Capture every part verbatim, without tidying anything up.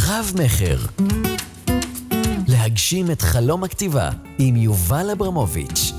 רב מחר. להגשים את חלום הכתיבה עם יובל אברמוביץ'.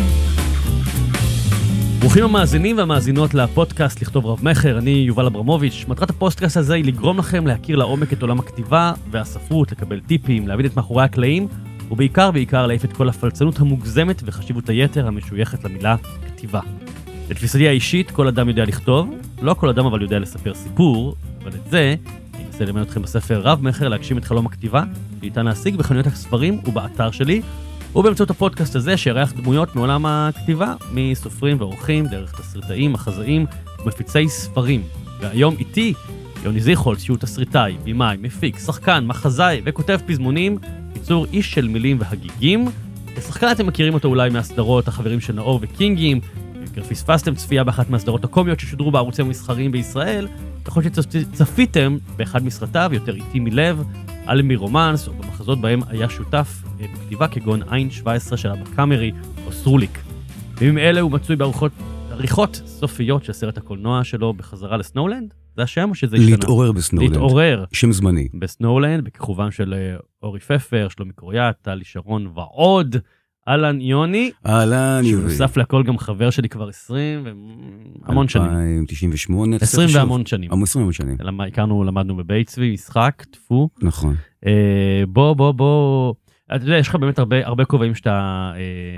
ברוכים המאזינים והמאזינות לפודקאסט לכתוב רב מחר, אני יובל אברמוביץ'. מטרת הפודקאסט הזה היא לגרום לכם להכיר לעומק את עולם הכתיבה והספרות, לקבל טיפים, להבין את מאחורי הקלעים, ובעיקר בעיקר להעיף את כל הפלצנות המוגזמת וחשיבות היתר המשויכת למילה כתיבה. לתפיסתי האישית, כל אדם יודע לכתוב, לא כל אדם אבל יודע לספר סיפור, אבל את זה אני אנסה ללמד אתכם בספר רב מחר להגשים את חלום הכתיבה, שניתן להשיג בחנויות הספרים ובאתר שלי, ובאמצעות הפודקאסט הזה שירח דמויות מעולם הכתיבה, מסופרים ועורכים, דרך תסריטאים, מחזאים ומפיצי ספרים. והיום איתי יוני זיכולץ, שהוא תסריטאי, בימאי, מפיק, שחקן, מחזאי וכותב פזמונים, קיצור איש של מילים והגיגים. כשחקן אתם מכירים אותו אולי מהסדרות החברים של נאור וקינגים, פספסתם צפייה באחת מהסדרות הקומיות ששודרו בערוצים המסחריים בישראל, יכול שצפיתם באחד מסרטיו, יותר איטי מלב, אלמי רומנס, או במחזות בהם היה שותף בכתיבה כגון עין שבע עשרה של אבא קאמרי או סרוליק. בימים אלה הוא מצוי בעריכות סופיות של סרט הקולנוע שלו בחזרה לסנואולנד. זה השם או שזה ישנה? להתעורר בסנואולנד. להתעורר. שם זמני. בסנואולנד, בכיכובם של אורי פפר, שלומי קוריאט, טלי שרון ועוד. אלן יוני. אלן יוני. שנוסף לכל גם חבר שלי כבר עשרים והמון שנים. אלפיים תשעים ושמונה. עשרים והמון שנים. עשרים והמון שנים. הכרנו, למדנו בבית צבי, משחק, תפו. נכון. בוא, בוא, בוא. אתה יודע, יש לך באמת הרבה, הרבה כובעים שאתה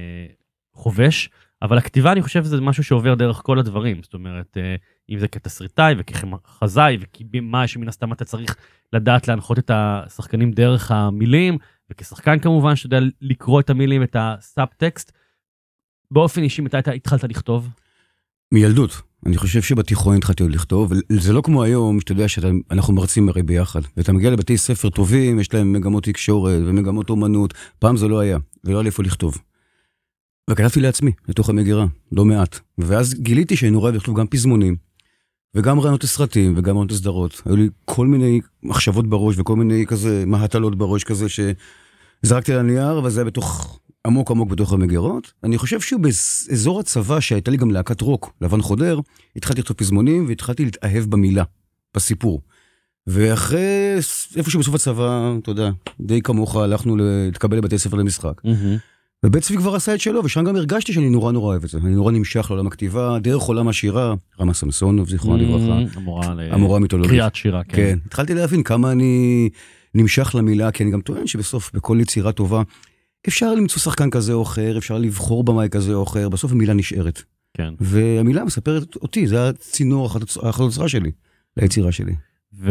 חובש, אבל הכתיבה אני חושב שזה משהו שעובר דרך כל הדברים. זאת אומרת, אם זה כתסריטאי וכחזאי, ומה שמן הסתם אתה צריך לדעת להנחות את השחקנים דרך המילים, וכשחקן כמובן שאתה יודע לקרוא את המילים, את הסאב-טקסט. באופן אישי, מתי אתה התחלת לכתוב? מילדות. אני חושב שבתיכון התחלתי עוד לכתוב, וזה לא כמו היום, שאתה יודע שאנחנו מרצים הרי ביחד, ואתה מגיע לבתי ספר טובים, יש להם מגמות תקשורת ומגמות אומנות, פעם זה לא היה, ולא היה לי איפה לכתוב. וכתבתי לעצמי, לתוך המגירה, לא מעט. ואז גיליתי שאני נורא לכתוב גם פזמונים, וגם רעיונות לסרטים, וגם רעיונות לסדרות. היו לי כל מיני מחשבות בראש, וכל מיני כזה מהטלות בראש כזה, שזרקתי על הנייר, וזה היה בתוך, עמוק עמוק בתוך המגירות. אני חושב שבאזור הצבא, שהייתה לי גם להקת רוק, לבן חודר, התחלתי לכתוב פזמונים, והתחלתי להתאהב במילה, בסיפור. ואחרי, איפשהו בסוף הצבא, אתה יודע, די כמוך, הלכנו להתקבל לבתי ספר למשחק. ובית צבי כבר עשה את שלו, ושם גם הרגשתי שאני נורא נורא אוהב את זה. אני נורא נמשך לעולם הכתיבה, דרך עולם השירה, רמה סמסונוב, זיכרונה לברכה. המורה המיתולוגית. קריאת שירה, כן. כן. התחלתי להבין כמה אני נמשך למילה, כי אני גם טוען שבסוף, בכל יצירה טובה, אפשר למצוא שחקן כזה או אחר, אפשר לבחור במאי כזה או אחר, בסוף המילה נשארת. כן. והמילה מספרת אותי, זה הצינור, החלוצרה שלי, ליצירה שלי. ו...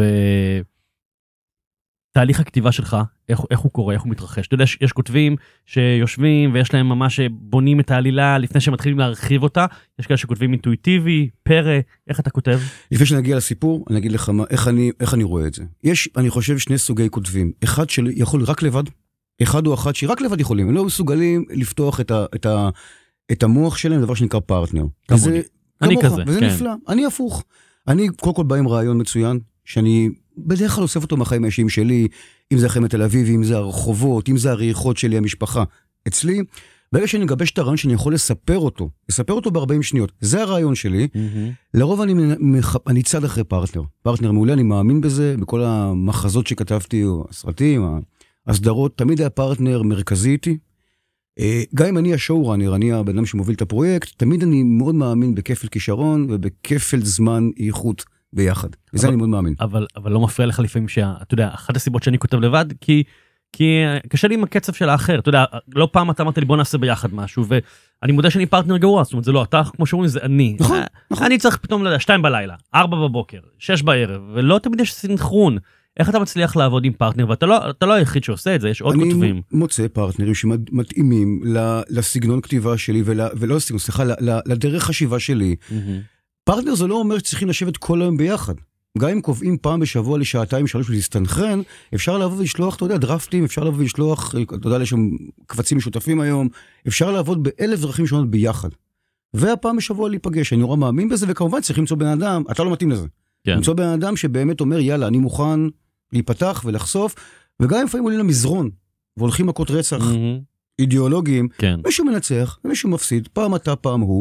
תהליך הכתיבה שלך, איך, איך הוא קורה, איך הוא מתרחש. אתה יודע, יש, יש כותבים שיושבים ויש להם ממש בונים את העלילה לפני שהם מתחילים להרחיב אותה. יש כאלה שכותבים אינטואיטיבי, פרא, איך אתה כותב? לפני שנגיע לסיפור, אני אגיד לך מה, איך אני, איך אני רואה את זה. יש, אני חושב, שני סוגי כותבים. אחד שיכול רק לבד, אחד או אחת שרק לבד יכולים. הם לא מסוגלים לפתוח את, ה, את, ה, את המוח שלהם, דבר שנקרא פרטנר. וזה, אני כמוך, כזה, וזה כן. נפלא. אני הפוך. אני קודם כל בא עם רעיון מצוין, שאני בדרך כלל אוסף אותו מהחיים האישיים שלי, אם זה החיים התל אביבי, אם זה הרחובות, אם זה הריחות שלי, המשפחה. אצלי, ברגע שאני מגבש את הרעיון שאני יכול לספר אותו, לספר אותו ב-ארבעים שניות, זה הרעיון שלי, mm-hmm. לרוב אני, אני צד אחרי פרטנר. פרטנר מעולה, אני מאמין בזה, בכל המחזות שכתבתי, או הסרטים, הסדרות, תמיד היה פרטנר מרכזי איתי. גם אם אני השואורנר, אני הבן אדם שמוביל את הפרויקט, תמיד אני מאוד מאמין בכפל כישרון, ובכפל זמן איכות ביחד. וזה אבל, אני מאוד מאמין. אבל, אבל לא מפריע לך לפעמים שה, אתה יודע, אחת הסיבות שאני כותב לבד, כי, כי קשה לי עם הקצב של האחר. אתה יודע, לא פעם אתה אמרת לי בוא נעשה ביחד משהו, ואני מודה שאני פרטנר גרוע, זאת אומרת, זה לא אתה, כמו שאומרים, זה אני. נכון, נכון. אני צריך פתאום, לא יודע, שתיים בלילה, ארבע בבוקר, שש בערב, ולא תמיד יש סינכרון. איך אתה מצליח לעבוד עם פרטנר, ואתה לא, אתה לא היחיד שעושה את זה, יש עוד אני כותבים. אני מוצא פרטנרים שמתאימים לסגנון כתיבה שלי, ולה, ולא לסגנון, סליחה, לדרך חשיבה שלי. Mm-hmm. פרטנר זה לא אומר שצריכים לשבת כל היום ביחד. גם אם קובעים פעם בשבוע לשעתיים שלוש ולהסתנכרן, אפשר לבוא ולשלוח, אתה יודע, דרפטים, אפשר לבוא ולשלוח, אתה יודע, יש שם קבצים משותפים היום, אפשר לעבוד באלף דרכים שונות ביחד. והפעם בשבוע להיפגש, אני נורא מאמין בזה, וכמובן צריך למצוא בן אדם, אתה לא מתאים לזה. כן. למצוא בן אדם שבאמת אומר, יאללה, אני מוכן להיפתח ולחשוף, וגם לפעמים עולים למזרון, והולכים מכות רצח mm-hmm. אידיאולוגיים, כן. מישהו מנצח, מישהו מפסיד, פעם אתה, פעם הוא,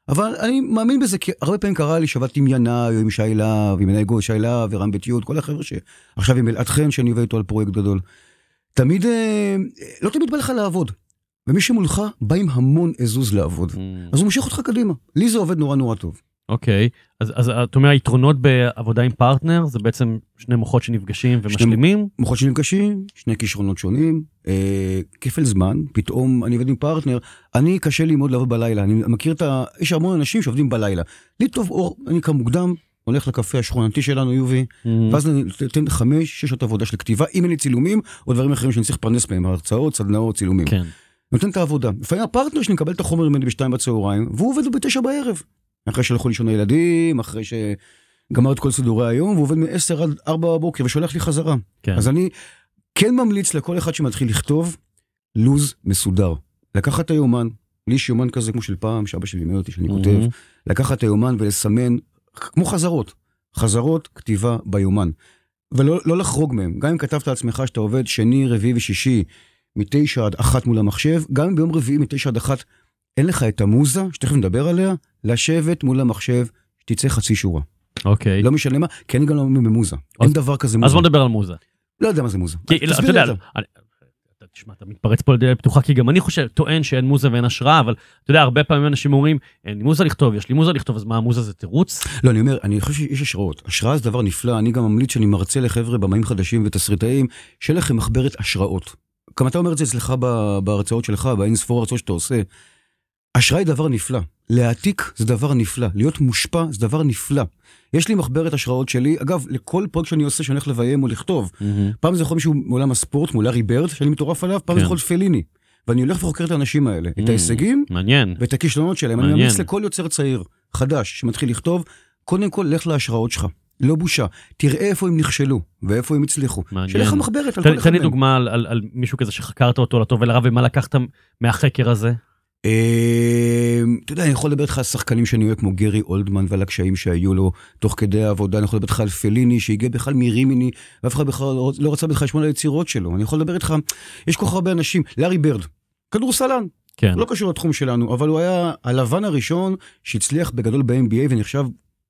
אבל אני מאמין בזה, כי הרבה פעמים קרה לי שעבדתי עם ינאי, או עם שיילה, ועם ינאי גוי שיילה, ורם ביתיות, כל החבר'ה שעכשיו עם אלעד חן, שאני עובד איתו על פרויקט גדול. תמיד, לא תמיד בא לך לעבוד. ומי שמולך בא עם המון עזוז לעבוד. Mm. אז הוא מושך אותך קדימה. לי זה עובד נורא נורא טוב. אוקיי, אז, אז אתה אומר, היתרונות בעבודה עם פרטנר, זה בעצם שני מוחות שנפגשים ומשלימים? שני מוחות שנפגשים, שני כישרונות שונים, אה, כפל זמן, פתאום אני עובד עם פרטנר, אני קשה לי מאוד לעבוד בלילה, אני מכיר את ה... יש המון אנשים שעובדים בלילה. לי טוב אור, אני קם מוקדם, הולך לקפה השכונתי שלנו, יובי, mm-hmm. ואז אני אתן חמש, שש שעות עבודה של כתיבה, אם אין לי צילומים, או דברים אחרים שאני צריך לפרנס בהם, הרצאות, סדנאות, צילומים. כן. נותן את העבודה. לפעמים הפרטנר שלי מקבל את החומר ממני בשתיים בצהריים, והוא עובד בתשע בערב. אחרי שהלכו לישון הילדים, אחרי שגמר את כל סידורי היום, והוא עובד מ-עשר עד ארבע בבוקר, ושולח לי חזרה. כן. אז אני כן ממליץ לכל אחד שמתחיל לכתוב, לוז מסודר. לקחת היומן, לי יש יומן כזה כמו של פעם, שאבא שלי לימד אותי שאני mm-hmm. כותב, לקחת היומן ולסמן, כמו חזרות, חזרות כתיבה ביומן. ולא לא לחרוג מהם. גם אם כתבת לעצמך שאתה עובד שני, רביעי ושישי, מתשע עד אחת מול המחשב, גם אם ביום רביעי מתשע עד אחת, אין לך את המוזה, שתכף נדבר עליה, לשבת מול המחשב, שתצא חצי שורה. אוקיי. לא משנה מה, כי אני גם לא במוזה. אין דבר כזה מוזה. אז בוא נדבר על מוזה. לא יודע מה זה מוזה. תסביר לי אתה. תשמע, אתה מתפרץ פה לדלת פתוחה, כי גם אני חושב, טוען שאין מוזה ואין השראה, אבל אתה יודע, הרבה פעמים אנשים אומרים, אין לי מוזה לכתוב, יש לי מוזה לכתוב, אז מה, המוזה זה תירוץ? לא, אני אומר, אני חושב שיש השראות. השראה זה דבר נפלא, אני גם ממליץ שאני מרצה לחבר'ה במאים חדשים ותסריטאים, שיהיה לכם מחברת השראות. כמה אתה אומר את זה אצלך בהרצאות שלך, באין ספור הרצאות שאתה עושה. השראה היא דבר נפלא. להעתיק זה דבר נפלא. להיות מושפע זה דבר נפלא. יש לי מחברת השראות שלי. אגב, לכל פרויקט שאני עושה, שאני הולך לביים או לכתוב. Mm-hmm. פעם זה יכול מישהו מעולם הספורט, מולארי ברד, שאני מטורף עליו, פעם כן. זה יכול פליני. ואני הולך וחוקר את האנשים האלה. Mm-hmm. את ההישגים. מעניין. ואת הכישלונות שלהם. מעניין. אני ממליץ לכל יוצר צעיר, חדש, שמתחיל לכתוב, קודם כל, לך להשראות שלך. לא בושה. תראה איפה הם נכשלו, ואיפה הם הצליחו. שלך מחברת על כל אחד מהם. תן לי דוגמה על, על, על מישהו כזה שחקרת אותו לטוב ולרע, ומה לקחת מהחקר הזה? אתה יודע, אני יכול לדבר איתך על שחקנים שאני אוהב, כמו גרי אולדמן, ועל הקשיים שהיו לו תוך כדי העבודה. אני יכול לדבר איתך על פליני, שהגיע בכלל מרימיני, ואף אחד בכלל לא רצה בכלל לשמוע על היצירות שלו. אני יכול לדבר איתך, יש כל כך הרבה אנשים, לארי ברד, כדורסלן, כן. לא קשור לתחום שלנו, אבל הוא היה הלבן הראשון שהצליח בגדול ב-אן בי איי, ונחשב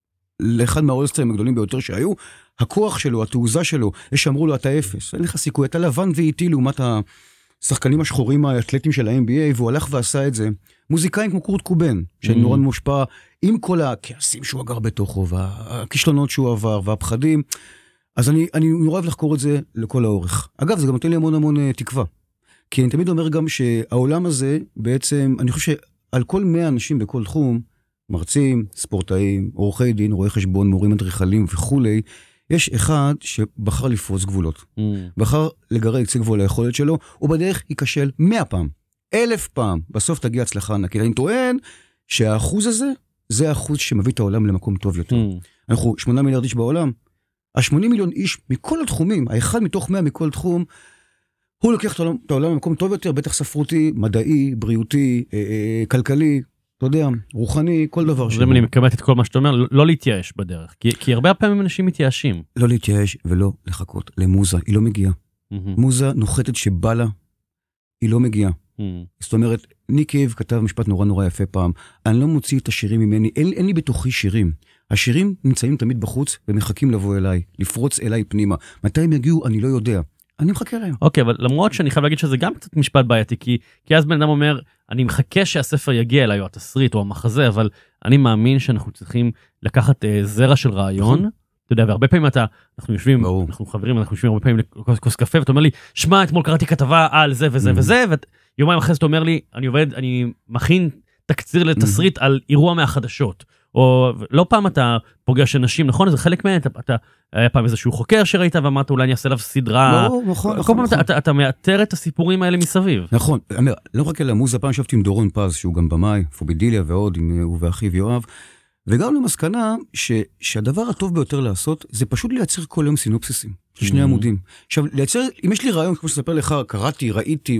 לאחד מהאולסטרים הגדולים ביותר שהיו. הכוח שלו, התעוזה שלו, יש שאמרו לו, אתה אפס, אין לך סיכוי, אתה לבן ואיטי לעומת השחקנים השחורים האתלטים של ה-אן בי איי, והוא הלך ועשה את זה. מוזיקאים כמו קורט קובן, שנורא מושפע, עם כל הכעסים שהוא אגר בתוכו, והכישלונות שהוא עבר, והפחדים. אז אני, אני נורא אוהב לחקור את זה לכל האורך. אגב, זה גם נותן לי המון המון תקווה. כי אני תמיד אומר גם שהעולם הזה, בעצם, אני חושב שעל כל מאה אנשים בכל תחום, מרצים, ספורטאים, עורכי דין, רואי חשבון, מורים אדריכלים וכולי, יש אחד שבחר לפרוץ גבולות. Mm. בחר לגרד קצה גבול היכולת שלו, ובדרך ייכשל מאה פעם, אלף פעם. בסוף תגיע הצלחה ענקית. אני טוען שהאחוז הזה, זה האחוז שמביא את העולם למקום טוב יותר. Mm. אנחנו שמונה מיליארד איש בעולם. ה-שמונים מיליון איש מכל התחומים, האחד מתוך מאה מכל תחום, הוא לוקח את העולם למקום טוב יותר, בטח ספרותי, מדעי, בריאותי, אה, אה, כלכלי, אתה יודע, רוחני, כל דבר שלו. אני מקמת את כל מה שאתה אומר, לא להתייאש בדרך, כי, כי הרבה פעמים אנשים מתייאשים. לא להתייאש ולא לחכות למוזה, היא לא מגיעה. Mm-hmm. מוזה נוחתת שבא לה, היא לא מגיעה. Mm-hmm. זאת אומרת, ניק קייב כתב משפט נורא נורא יפה פעם, אני לא מוציא את השירים ממני, אין, אין לי בתוכי שירים. השירים נמצאים תמיד בחוץ ומחכים לבוא אליי, לפרוץ אליי פנימה. מתי הם יגיעו, אני לא יודע. אני מחכה להם. אוקיי, אבל למרות שאני חייב להגיד שזה גם קצת משפט בעייתי, כי, כי אז בן אדם אומר, אני מחכה שהספר יגיע אליי, או התסריט, או המחזה, אבל אני מאמין שאנחנו צריכים לקחת אה, זרע של רעיון, אתה יודע, והרבה פעמים אתה, אנחנו יושבים, ברור. אנחנו חברים, אנחנו יושבים הרבה פעמים לכוס קפה, ואתה אומר לי, שמע, אתמול קראתי כתבה על זה וזה mm-hmm. וזה, ויומיים אחרי זה אתה אומר לי, אני עובד, אני מכין תקציר לתסריט mm-hmm. על אירוע מהחדשות, או לא פעם אתה פוגש אנשים, נכון? זה חלק מהם, אתה, אתה, היה פעם איזשהו חוקר שראית, ואמרת, אולי אני אעשה עליו סדרה. לא, נכון, כל נכון. פעם נכון. אתה, אתה, אתה מאתר את הסיפורים האלה מסביב. נכון, אמר, לא רק אל המוזה, פעם שבתי עם דורון פז, שהוא גם במאי, פובידיליה ועוד, עם הוא ואחיו יואב, וגם למסקנה ש, שהדבר הטוב ביותר לעשות, זה פשוט לייצר כל יום סינופסיסים, של שני עמודים. עכשיו, לייצר, אם יש לי רעיון, כמו שספר לך, קראתי, ראיתי,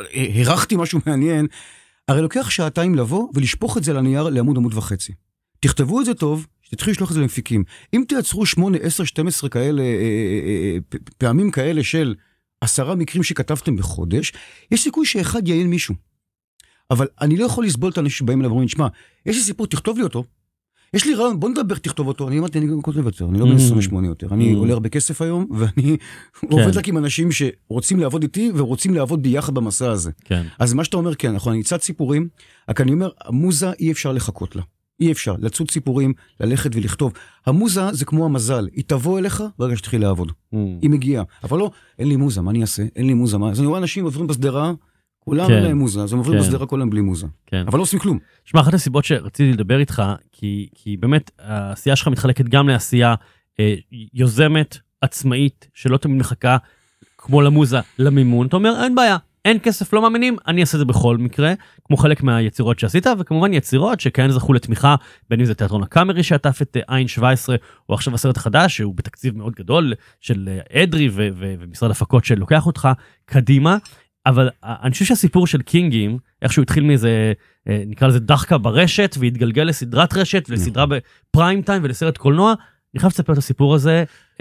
הרחתי משהו מעניין, הרי לוקח שעתיים לבוא ולשפוך את זה לנייר לעמוד עמוד וחצי. תכתבו את זה טוב, שתתחיל לשלוח את זה למפיקים. אם תייצרו שמונה, עשר, שתים עשרה כאלה, אה, אה, אה, פעמים כאלה של עשרה מקרים שכתבתם בחודש, יש סיכוי שאחד יעיין מישהו. אבל אני לא יכול לסבול את האנשים שבאים אליו ואומרים, שמע, יש לי סיפור, תכתוב לי אותו. יש לי רעיון, בוא נדבר, תכתוב אותו. אני אמרתי, אני גם כותב יותר, אני לא בן עשרים ושמונה יותר. אני עולה הרבה כסף היום, ואני עובד רק עם אנשים שרוצים לעבוד איתי, ורוצים לעבוד ביחד במסע הזה. אז מה שאתה אומר, כן, נכון, אני קצת סיפורים, רק אני אומר, המוזה אי אפשר לחכות לה. אי אפשר, לצוד סיפורים, ללכת ולכתוב. המוזה זה כמו המזל, היא תבוא אליך ברגע שתתחיל לעבוד. היא מגיעה. אבל לא, אין לי מוזה, מה אני אעשה? אין לי מוזה, מה? אז אני רואה אנשים עוברים בסדרה, כולם אין להם מוזה, אז הם עוברים בסדרה כולם בלי מוזה. אבל לא עושים כלום. שמע, אחת הסיבות שרציתי לדבר איתך, כי, כי באמת העשייה שלך מתחלקת גם לעשייה אה, יוזמת, עצמאית, שלא תמיד מחכה, כמו למוזה, למימון. אתה אומר, אין בעיה, אין כסף, לא מאמינים, אני אעשה זה בכל מקרה, כמו חלק מהיצירות שעשית, וכמובן יצירות שכן זכו לתמיכה, בין אם זה תיאטרון הקאמרי שעטף את עין שבע עשרה, או עכשיו הסרט החדש, שהוא בתקציב מאוד גדול, של אדרי ו- ו- ומשרד הפקות שלוקח אותך קדימה, אבל אני חושב שהסיפור של קינגים, איכשהו התחיל מאיזה, נקרא לזה דחקה ברשת, והתגלגל לסדרת רשת, ולסדרה בפריים טיים, ולסרט קולנוע, אני חייב לספר את הסיפור הזה,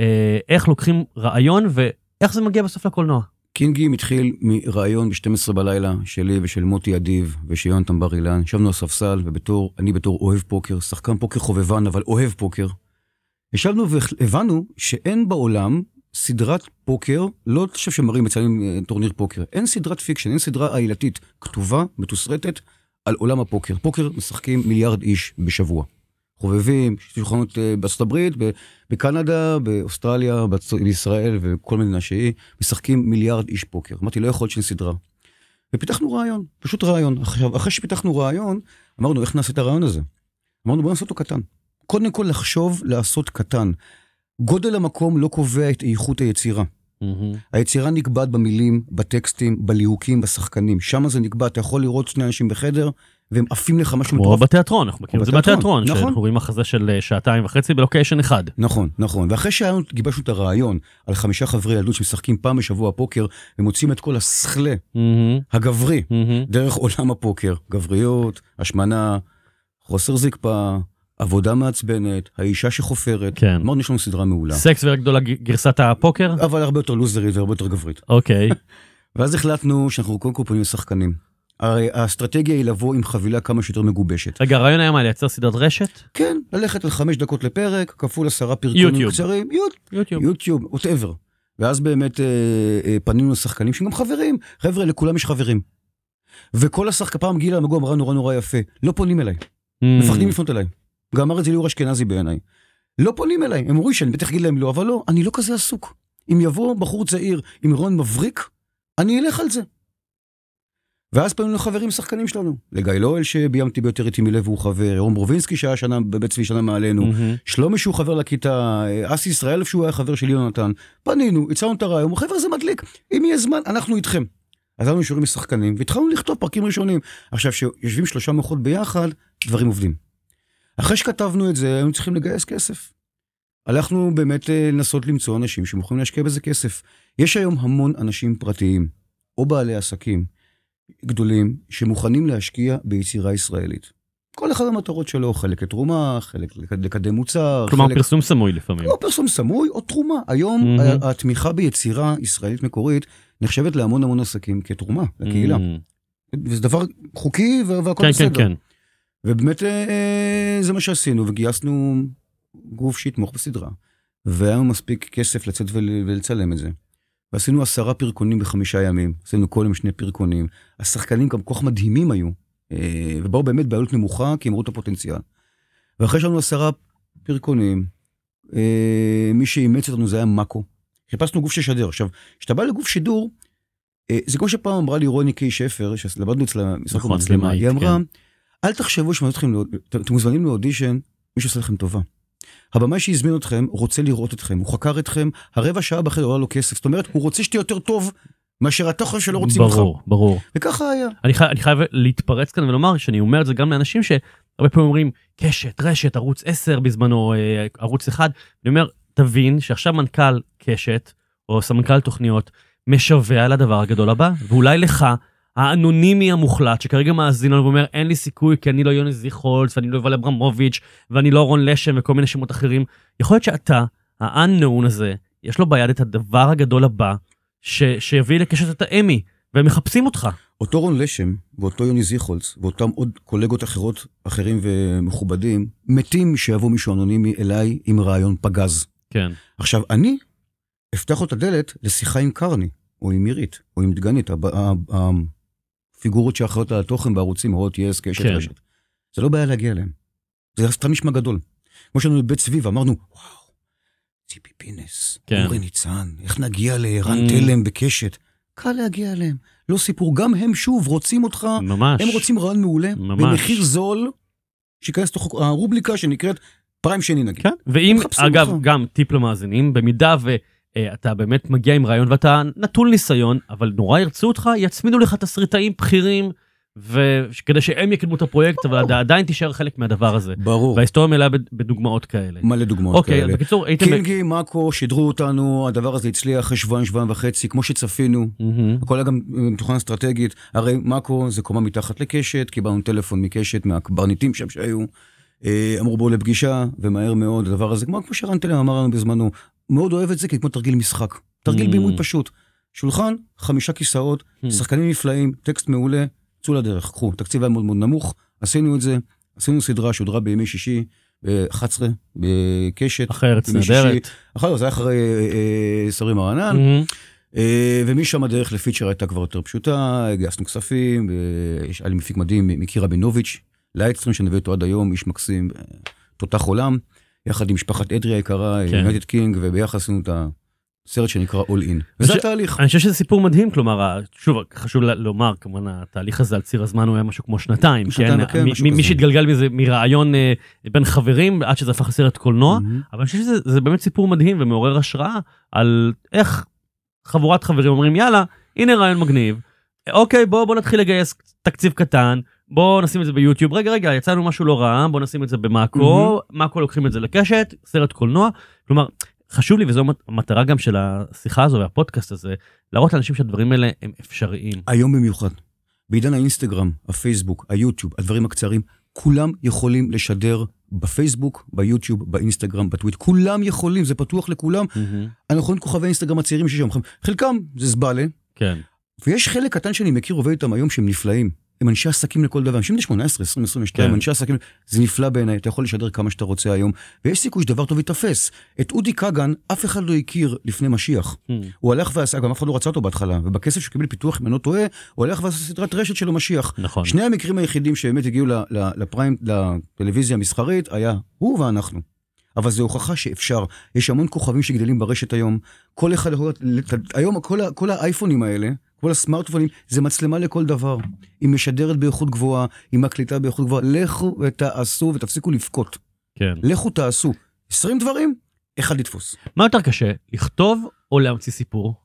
איך לוקחים רעיון, ואיך זה מגיע בסוף לקולנוע. קינגים התחיל מרעיון ב-שתים עשרה בלילה, שלי ושל מוטי אדיב, ושיונתן בר אילן, ישבנו על ספסל, ובתור, אני בתור אוהב פוקר, שחקן פוקר חובבן, אבל אוהב פוקר, ישבנו והבנו שאין בעולם, סדרת פוקר, לא חושב שמראים מצלמים טורניר פוקר, אין סדרת פיקשן, אין סדרה עילתית, כתובה, מתוסרטת, על עולם הפוקר. פוקר משחקים מיליארד איש בשבוע. חובבים, שולחנות בארצות הברית, בקנדה, באוסטרליה, בישראל וכל מדינה שהיא, משחקים מיליארד איש פוקר. אמרתי, לא יכול להיות שאין סדרה. ופיתחנו רעיון, פשוט רעיון. עכשיו, אחרי שפיתחנו רעיון, אמרנו, איך נעשה את הרעיון הזה? אמרנו, בוא נעשה אותו קטן. קודם כל לחשוב לעשות קטן. גודל המקום לא קובע את איכות היצירה. Mm-hmm. היצירה נקבעת במילים, בטקסטים, בליהוקים, בשחקנים. שם זה נקבע, אתה יכול לראות שני אנשים בחדר, והם עפים לך משהו מטורף. או בתיאטרון, אנחנו מכירים את זה בתיאטרון, נכון? שאנחנו רואים מחזה של שעתיים וחצי בלוקיישן אחד. נכון, נכון. ואחרי שגיבשנו את הרעיון על חמישה חברי ילדות שמשחקים פעם בשבוע פוקר, ומוצאים את כל השכלה mm-hmm. הגברי, mm-hmm. דרך עולם הפוקר. גבריות, השמנה, חוסר זקפה, עבודה מעצבנת, האישה שחופרת. כן. אמרנו, יש לנו סדרה מעולה. סקס וגדולה גרסת הפוקר? אבל הרבה יותר לוזרית והרבה יותר גברית. אוקיי. ואז החלטנו שאנחנו קודם כל פונים לשחקנים. הרי האסטרטגיה היא לבוא עם חבילה כמה שיותר מגובשת. רגע, הרעיון היה מה, לייצר סדרת רשת? כן, ללכת על חמש דקות לפרק, כפול עשרה פרטונים קצרים. יוטיוב. יוטיוב, whatever. ואז באמת אה, אה, פנינו לשחקנים שהם גם חברים. חבר'ה, לכולם יש חברים. וכל השחק, פעם גילה המגוע אמרה נורא נורא יפה. לא פונים אליי. Mm. מפחדים לפנות אליי. גם אמר את זה ליאור אשכנזי בעיניי. לא פונים אליי. הם אומרים שאני בטח אגיד להם לא, אבל לא, אני לא כזה עסוק. אם יבוא בחור צעיר עם אירון מבריק, אני אלך על זה. ואז פנינו לחברים שחקנים שלנו. לגיא לואל שביימתי ביותר איתי מלב הוא חבר, ירום ברובינסקי שהיה שנה בבית צבי שנה מעלינו, mm-hmm. שלומי שהוא חבר לכיתה, אסי ישראל שהוא היה חבר של יונתן. פנינו, הצענו את הרעיון, חבר'ה זה מדליק, אם יהיה זמן, אנחנו איתכם. אז היינו שיעורים משחקנים, והתחלנו לכתוב פרקים ראשונים. עכשיו שיושבים שלושה מוחות ביחד, דברים עובדים. אחרי שכתבנו את זה, היינו צריכים לגייס כסף. הלכנו באמת לנסות למצוא אנשים שמוכנים להשקיע בזה כסף. יש היום המון אנשים פרטיים, או בעלי עסקים, גדולים, שמוכנים להשקיע ביצירה ישראלית. כל אחד המטרות שלו, חלק לתרומה, חלק לקדם מוצר. כלומר, חלק... פרסום סמוי לפעמים. או פרסום סמוי, או תרומה. היום mm-hmm. התמיכה ביצירה ישראלית מקורית, נחשבת להמון המון עסקים כתרומה, לקהילה. Mm-hmm. וזה דבר חוקי והכל כן, בסדר. כן, כן. ובאמת זה מה שעשינו, וגייסנו גוף שיתמוך בסדרה. והיה לנו מספיק כסף לצאת ולצלם את זה. ועשינו עשרה פרקונים בחמישה ימים, עשינו כל עם שני פרקונים, השחקנים גם כוח מדהימים היו, ובאו באמת בעלות נמוכה, כי אמרו את הפוטנציאל. ואחרי שלנו עשרה פרקונים, מי שאימץ אותנו זה היה מקו, חיפשנו גוף ששדר. עכשיו, כשאתה בא לגוף שידור, זה כמו שפעם אמרה לי רוני קי שפר, שלמדנו אצלה משחק המצלמה, היא אמרה, אל תחשבו שאתם מוזמנים לאודישן, מישהו עושה לכם טובה. הבמאי שהזמין אתכם רוצה לראות אתכם, הוא חקר אתכם, הרבע שעה בחדר עולה לו כסף, זאת אומרת, הוא רוצה שתהיה יותר טוב מאשר אתה חושב שלא רוצים אותך. ברור, ברור. וככה היה. אני חייב, אני חייב להתפרץ כאן ולומר שאני אומר את זה גם לאנשים שהרבה פעמים אומרים, קשת, רשת, ערוץ עשר בזמנו, ערוץ אחד, אני אומר, תבין שעכשיו מנכ"ל קשת, או סמנכ"ל תוכניות, משווה על הדבר הגדול הבא, ואולי לך, האנונימי המוחלט, שכרגע מאזין לנו ואומר, אין לי סיכוי, כי אני לא יוני זיכולץ, ואני לא יובל אברמוביץ', ואני לא רון לשם, וכל מיני שמות אחרים. יכול להיות שאתה, האנון הזה, יש לו ביד את הדבר הגדול הבא, ש- שיביא לקשת את האמי. והם מחפשים אותך. אותו רון לשם, ואותו יוני זיכולץ, ואותם עוד קולגות אחרות, אחרים ומכובדים, מתים שיבוא מישהו אנונימי אליי עם רעיון פגז. כן. עכשיו, אני אפתח את הדלת לשיחה עם קרני, או עם מירית, או עם דגנית, הפיגורות שאחרות על התוכן בערוצים, הוט, יס, קשת, כן. רשת. זה לא בעיה להגיע אליהם. זה סתם נשמע גדול. כמו שלנו בבית סביב, אמרנו, וואו, ציפי פינס, כן. אורי ניצן, איך נגיע לרן תלם בקשת? קל להגיע אליהם. לא סיפור, גם הם שוב רוצים אותך, ממש. הם רוצים רעיון מעולה, ממש. במחיר זול, שיכנס תוך הרובריקה שנקראת פריים שני נגיד. כן, ואם, מחפשים אגב, אותך. גם טיפ למאזינים, במידה ואתה באמת מגיע עם רעיון ואתה נטול ניסיון, אבל נורא ירצו אותך, יצמידו לך תסריטאים בכירים, וכדי שהם יקדמו את הפרויקט, אבל עדיין תישאר חלק מהדבר הזה. ברור. וההיסטוריה מלאה בדוגמאות כאלה. מלא דוגמאות אוקיי, כאלה. בקיצור, הייתם... קינגי, מאקו, שידרו אותנו, הדבר הזה הצליח אחרי שבועיים, שבועיים וחצי, כמו שצפינו. מהמם. הכל היה גם מתוכנן אסטרטגית. הרי מאקו זה קומה מתחת לקשת, קיבלנו טלפון מקשת, מהקברניטים שם שהיו. אה, אמרו בואו לפגישה, ומהר מאוד הדבר הזה, כמו כמו שרן תלם אמר לנו בזמנו, מאוד אוהב את זה, כי כמו תרגיל משחק. תרגיל Mm. בימוי פשוט. שולחן, חמישה כיסאות, Mm. שחקנים נפלאים, טקסט מעולה, צאו לדרך, קחו. תקציב היה מאוד מאוד נמוך, עשינו את זה, עשינו סדרה שהודרה בימי שישי, ב-אחת עשרה, בקשת. אחרי ארץ בימי נהדרת. שישי. אחר זה היה אחרי אה, שרי מרנן, מהמם. אה, ומשם הדרך לפיצ'ר הייתה כבר יותר פשוטה, גייסנו כספים, ויש היה לי מפיק מדהים, מיקי רבינוביץ', לאקסטרים שנביא אותו עד היום, איש מקסים, תותח עולם, יחד עם משפחת אדרי היקרה, כן. יונייטד קינג, וביחד עשינו את הסרט שנקרא All In. וזה ש- התהליך. אני חושב שזה סיפור מדהים, כלומר, ה- שוב, חשוב ל- לומר, כמובן, התהליך הזה על ציר הזמן הוא היה משהו כמו שנתיים, שנתיים, כן? כן, מ- משהו מ- כזה. מי שהתגלגל מזה מרעיון אה, בין חברים, עד שזה הפך לסרט קולנוע, מהמם. אבל אני חושב שזה זה באמת סיפור מדהים ומעורר השראה על איך חבורת חברים אומרים, יאללה, הנה רעיון מגניב, אוקיי, בוא, בוא נתחיל לגייס תקציב קטן, בוא נשים את זה ביוטיוב, רגע, רגע, יצאנו משהו לא רע, בוא נשים את זה במאקו, מאקו לוקחים את זה לקשת, סרט קולנוע, כלומר, חשוב לי, וזו המטרה גם של השיחה הזו והפודקאסט הזה, להראות לאנשים שהדברים האלה הם אפשריים. היום במיוחד, בעידן האינסטגרם, הפייסבוק, היוטיוב, הדברים הקצרים, כולם יכולים לשדר בפייסבוק, ביוטיוב, באינסטגרם, בטוויט, כולם יכולים, זה פתוח לכולם. אנחנו רואים כוכבי האינסטגרם הצעירים שיש שם, חלקם זה זבלה, כן. ויש חלק קטן שאני מכיר עובד איתם היום שהם נפלאים. הם אנשי עסקים לכל דבר, אנשים שמונה עשרה, עשרים, עשרים ושתיים, כן. אנשי עסקים, זה נפלא בעיניי, אתה יכול לשדר כמה שאתה רוצה היום, ויש סיכוי שדבר טוב יתפס. את אודי קגן, אף אחד לא הכיר לפני משיח. הוא הלך ועשה, גם אף אחד לא רצה אותו בהתחלה, ובכסף שקיבל פיתוח, אם אני לא טועה, הוא הלך ועשה סדרת רשת שלו משיח. נכון. שני המקרים היחידים שבאמת הגיעו ל- ל- לפריים, לטלוויזיה המסחרית, היה הוא ואנחנו. אבל זו הוכחה שאפשר. יש המון כוכבים שגדלים ברשת היום. כל אחד, היום כל, ה- כל האייפונים האלה, כל הסמארטפונים, זה מצלמה לכל דבר. היא משדרת באיכות גבוהה, היא מקליטה באיכות גבוהה. לכו ותעשו ותפסיקו לבכות. כן. לכו תעשו. עשרים דברים, אחד לתפוס. מה יותר קשה, לכתוב או להמציא סיפור?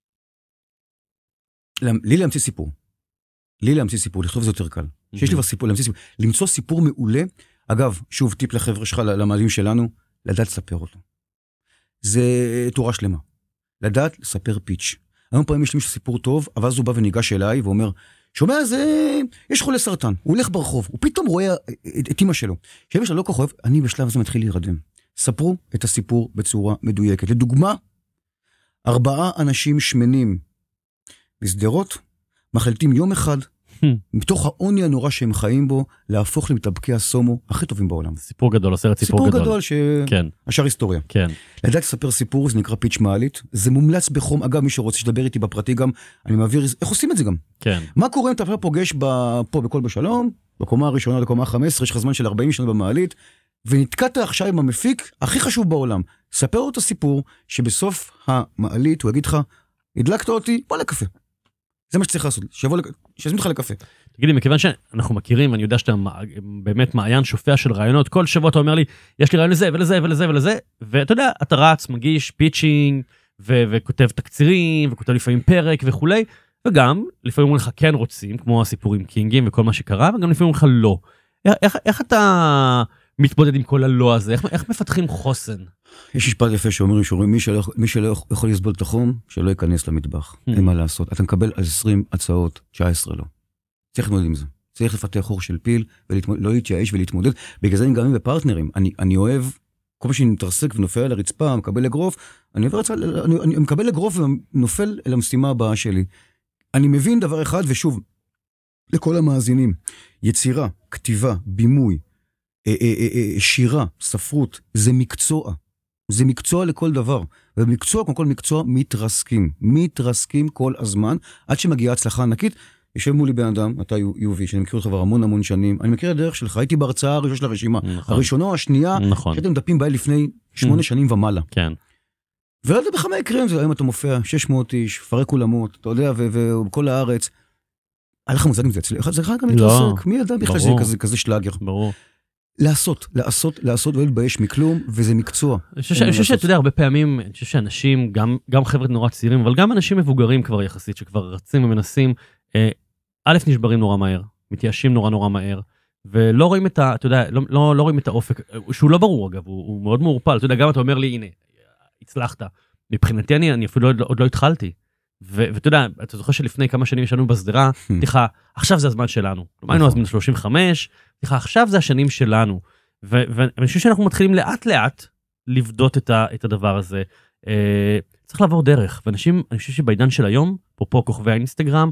לי להמציא סיפור. לי להמציא סיפור, לכתוב זה יותר קל. שיש לי כבר סיפור, להמציא סיפור. למצוא סיפור מעולה, אגב, שוב, טיפ לחבר'ה שלך, למאזינים שלנו, לדעת לספר אותו. זה תורה שלמה. לדעת לספר פיץ'. היום פעמים יש לי מישהו סיפור טוב, אבל אז הוא בא וניגש אליי ואומר, שומע, זה... יש חולה סרטן, הוא הולך ברחוב, הוא פתאום רואה את, את אמא שלו. שאמא שלו לא כל כך אוהב, אני בשלב הזה מתחיל להירדם. ספרו את הסיפור בצורה מדויקת. לדוגמה, ארבעה אנשים שמנים בסדרות, מחליטים יום אחד, מתוך העוני הנורא שהם חיים בו, להפוך למתאבקי הסומו הכי טובים בעולם. סיפור גדול, הסרט סיפור סיפור גדול. גדול כן. שהשאר היסטוריה. כן. לדעת לספר סיפור, זה נקרא פיץ' מעלית, זה מומלץ בחום, אגב, מי שרוצה שתדבר איתי בפרטי גם, אני מעביר, איך עושים את זה גם? כן. מה קורה אם אתה פוגש פה בכל בשלום, בקומה הראשונה לקומה ה-חמש עשרה, יש לך זמן של ארבעים שנה במעלית, ונתקעת עכשיו עם המפיק הכי חשוב בעולם. ספר לו את הסיפור, שבסוף המעלית הוא יגיד לך, הדלקת אותי, בוא לקפה. זה מה שצריך לעשות, שיבוא, שיזמין אותך לקפה. תגידי, מכיוון שאנחנו מכירים, אני יודע שאתה באמת מעיין שופע של רעיונות, כל שבוע אתה אומר לי, יש לי רעיון לזה ולזה ולזה ולזה, ואתה יודע, אתה רץ, מגיש פיצ'ינג, ו- וכותב תקצירים, וכותב לפעמים פרק וכולי, וגם, לפעמים אומרים לך כן רוצים, כמו הסיפורים קינגים וכל מה שקרה, וגם לפעמים אומרים לך לא. איך, איך, איך אתה מתמודד עם כל הלא הזה? איך, איך מפתחים חוסן? יש משפט יפה שאומרים, שאומרים, מי שלא, מי שלא יכול לסבול את החום, שלא ייכנס למטבח. אין מה לעשות. אתה מקבל על עשרים הצעות, תשע עשרה לא. צריך להתמודד עם זה. צריך לפתח חור של פיל, ולא להתייאש ולהתמודד. בגלל זה אני גם בפרטנרים. אני, אני אוהב, כל מה שאני מתרסק ונופל על הרצפה, מקבל אגרוף, אני, עובר, אני, אני מקבל אגרוף ונופל אל המשימה הבאה שלי. אני מבין דבר אחד, ושוב, לכל המאזינים, יצירה, כתיבה, בימוי, אה, אה, אה, אה, שירה, ספרות, זה מקצוע. זה מקצוע לכל דבר. ובמקצוע, כמו כל מקצוע, מתרסקים. מתרסקים כל הזמן, עד שמגיעה הצלחה ענקית. יושב מולי בן אדם, אתה יובי, שאני מכיר אותך כבר המון המון שנים. אני מכיר את הדרך שלך, הייתי בהרצאה הראשונה של הרשימה. נכון. הראשונה או השנייה, נכון. שאתם מדפים בה לפני שמונה שנים ומעלה. כן. ולא יודע בכמה יקרים, זה היום אתה מופיע, שש מאות איש, פרק אולמות, אתה יודע, ובכל הארץ. היה לך מוזג עם זה אצלי, זה אחד גם להתרסק, מי ידע בכלל שזה כזה שלאגר. ברור. לעשות, לעשות, לעשות, ולא להתבייש מכלום, וזה מקצוע. אני חושב שאתה יודע, הרבה פעמים, אני חושב שאנשים, גם חבר'ה נורא צעירים, אבל גם אנשים מבוגרים כבר יחסית, שכבר רצים ומנסים, א', נשברים נורא מהר, מתייאשים נורא נורא מהר, ולא רואים את ה, אתה יודע, לא רואים את האופק, שהוא לא ברור אגב, הוא מאוד מעורפל, אתה יודע, גם אתה אומר לי, הנה, הצלחת. מבחינתי אני, אני אפילו עוד לא התחלתי. ואתה יודע, אתה זוכר שלפני כמה שנים ישנו בסדרה, תיכה, עכשיו זה הזמן שלנו. כלומר, היינו אז מן שלושים וחמש, תיכה, עכשיו זה השנים שלנו. ואני חושב שאנחנו מתחילים לאט לאט לבדות את הדבר הזה. צריך לעבור דרך. ואנשים, אני חושב שבעידן של היום, פה פה כוכבי האינסטגרם,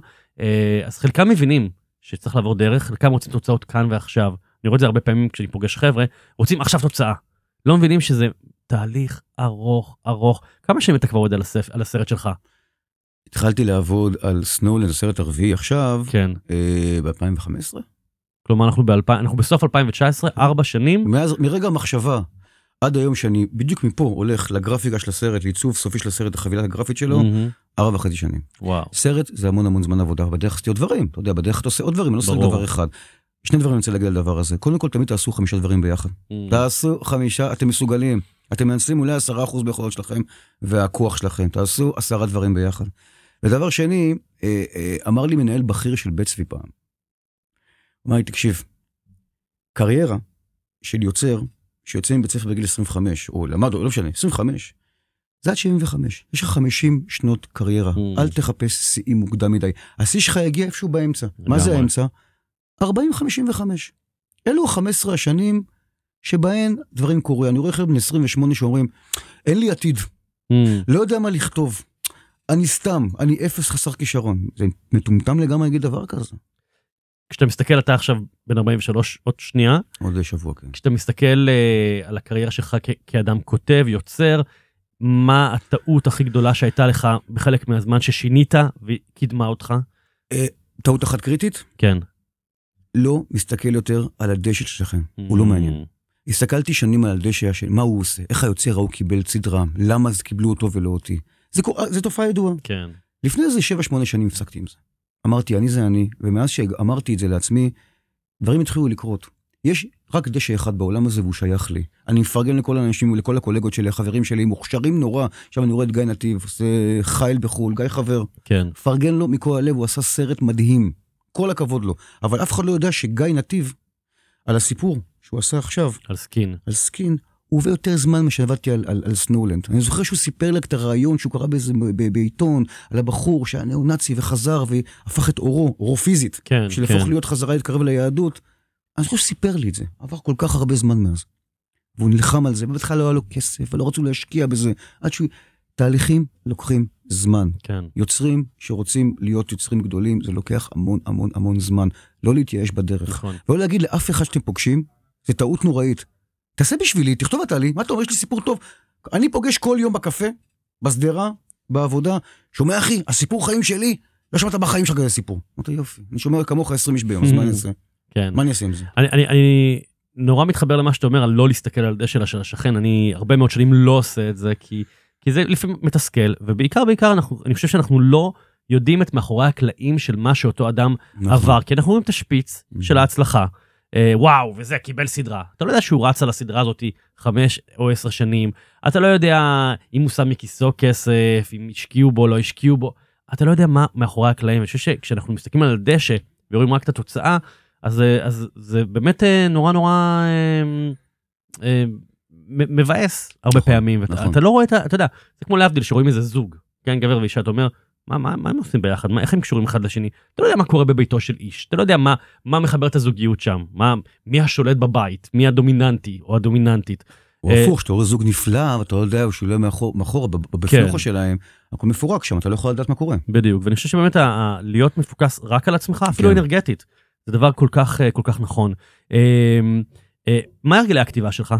אז חלקם מבינים שצריך לעבור דרך, חלקם רוצים תוצאות כאן ועכשיו. אני רואה את זה הרבה פעמים כשאני פוגש חבר'ה, רוצים עכשיו תוצאה. לא מבינים שזה תהליך ארוך, ארוך. כמה שנים אתה כבר עוד על, הספ... על הסרט שלך? התחלתי לעבוד על סנולנד, הסרט הרביעי עכשיו, כן. אה, ב-אלפיים וחמש עשרה. כלומר, אנחנו, ב- אנחנו בסוף אלפיים תשע עשרה, ארבע שנים. מאז, מרגע המחשבה, עד היום שאני בדיוק מפה הולך לגרפיקה של הסרט, לעיצוב סופי של הסרט, החבילה הגרפית שלו, mm-hmm. ארבע וחצי שנים. וואו. סרט זה המון המון זמן עבודה, בדרך עשיתי עוד דברים, אתה יודע, בדרך אתה עושה עוד דברים, אני לא עושה דבר אחד. שני דברים אני רוצה להגיד על דבר הזה. קודם כל, תמיד תעשו חמישה דברים ביחד. Mm. תעשו חמישה, אתם מסוגלים. אתם מנצלים אולי עשרה אחוז ביכולות שלכם, והכוח שלכם. תעשו עשרה דברים ביחד. ודבר שני, אמר לי מנהל בכיר של בית צבי פעם. אמר לי, תקשיב, קריירה של יוצר, שיוצא מבית ספר בגיל עשרים וחמש, או למד, או לא משנה, עשרים וחמש, זה עד שבעים וחמש. יש לך חמשים שנות קריירה. Mm. אל תחפש שיאים מוקדם מדי. השיא שלך יגיע איפשהו באמצע. מה זה האמצע? ארבעים חמישים וחמש. אלו חמש עשרה השנים שבהן דברים קורים. אני רואה חבר'ה בן עשרים ושמונה שאומרים, אין לי עתיד. Mm. לא יודע מה לכתוב. אני סתם, אני אפס חסר כישרון. זה מטומטם לגמרי להגיד דבר כזה. כשאתה מסתכל, אתה עכשיו בן ארבעים ושלוש, עוד שנייה. עוד שבוע, כן. כשאתה מסתכל uh, על הקריירה שלך כ- כאדם כותב, יוצר, מה הטעות הכי גדולה שהייתה לך בחלק מהזמן ששינית וקידמה אותך? Uh, טעות אחת קריטית? כן. לא מסתכל יותר על הדשא שלכם, mm. הוא לא מעניין. הסתכלתי שנים על הדשא, מה הוא עושה, איך היוצר הוא קיבל סדרה, למה זה קיבלו אותו ולא אותי. זה, זה תופעה ידועה. כן. לפני איזה שבע שמונה שנים הפסקתי עם זה. אמרתי, אני זה אני, ומאז שאמרתי את זה לעצמי, דברים התחילו לקרות. יש רק דשא אחד בעולם הזה, והוא שייך לי. אני מפרגן לכל האנשים ולכל הקולגות שלי, החברים שלי, מוכשרים נורא. עכשיו אני רואה את גיא נתיב, עושה חייל בחול, גיא חבר. כן. פרגן לו מכל הלב, הוא עשה סרט מדהים. כל הכבוד לו. אבל אף אחד לא יודע שגיא נתיב, על הסיפור שהוא עשה עכשיו, על סקין. על סקין, הוא עובר יותר זמן משעבדתי על, על, על סנולנד. אני זוכר שהוא סיפר לי את הרעיון שהוא קרא באיזה, בעיתון, על הבחור שהיה נאו-נאצי וחזר והפך את אורו, אורו פיזית. כן, שלפוך כן. להיות חזרה להתקרב ליהדות. אני זוכר שסיפר לי את זה. עבר כל כך הרבה זמן מאז. והוא נלחם על זה, ובטח לא היה לו כסף, ולא רצו להשקיע בזה. עד שהוא... תהליכים לוקחים זמן. כן. יוצרים שרוצים להיות יוצרים גדולים, זה לוקח המון המון המון זמן. לא להתייאש בדרך. נכון. ולא להגיד לאף אחד שאתם פוגשים, זה טעות נוראית. תעשה בשבילי, תכתוב אתה לי, מה אתה אומר, יש לי סיפור טוב. אני פוגש כל יום בקפה, בסדרה, בעבודה, שומע אחי, הסיפור חיים שלי, לא שמעת בחיים שלך כזה סיפור. אמרתי יופי, אני שומע כמוך עשרים איש ביום, אז מה אני אעשה? כן. מה אני אעשה עם זה? אני, אני, אני נורא מתחבר למה שאתה אומר, על לא להסתכל על דשא של השכן, אני הרבה מאוד שנים לא עושה את זה, כי, כי זה לפעמים מתסכל, ובעיקר, בעיקר, אנחנו, אני חושב שאנחנו לא יודעים את מאחורי הקלעים של מה שאותו אדם נכון. עבר, כי אנחנו רואים את השפיץ של ההצלחה, אה, וואו, וזה קיבל סדרה. אתה לא יודע שהוא רץ על הסדרה הזאת חמש או עשר שנים, אתה לא יודע אם הוא שם מכיסו כסף, אם השקיעו בו, לא השקיעו בו, אתה לא יודע מה מאחורי הקלעים. אני חושב שכשאנחנו מסתכלים על הדשא, ורואים רק את התוצאה, אז, אז זה באמת נורא נורא אה, אה, מבאס הרבה נכון, פעמים. נכון. אתה, אתה לא רואה את ה... אתה יודע, זה כמו להבדיל שרואים איזה זוג, כן, גבר ואישה, אתה אומר, מה, מה, מה הם עושים ביחד? מה, איך הם קשורים אחד לשני? אתה לא יודע מה קורה בביתו של איש, אתה לא יודע מה, מה מחבר את הזוגיות שם, מה, מי השולט בבית, מי הדומיננטי או הדומיננטית. או הפוך, שאתה רואה זוג נפלא, ואתה לא יודע שהוא לא מאחורה, בפלוחה שלהם, הכל מפורק שם, אתה לא יכול לדעת מה קורה. בדיוק, ואני חושב שבאמת להיות מפוקס רק על עצמך, אפילו אנרגטית, זה דבר כל כך, כל כך נכון. מה הרגלי הכתיבה שלך?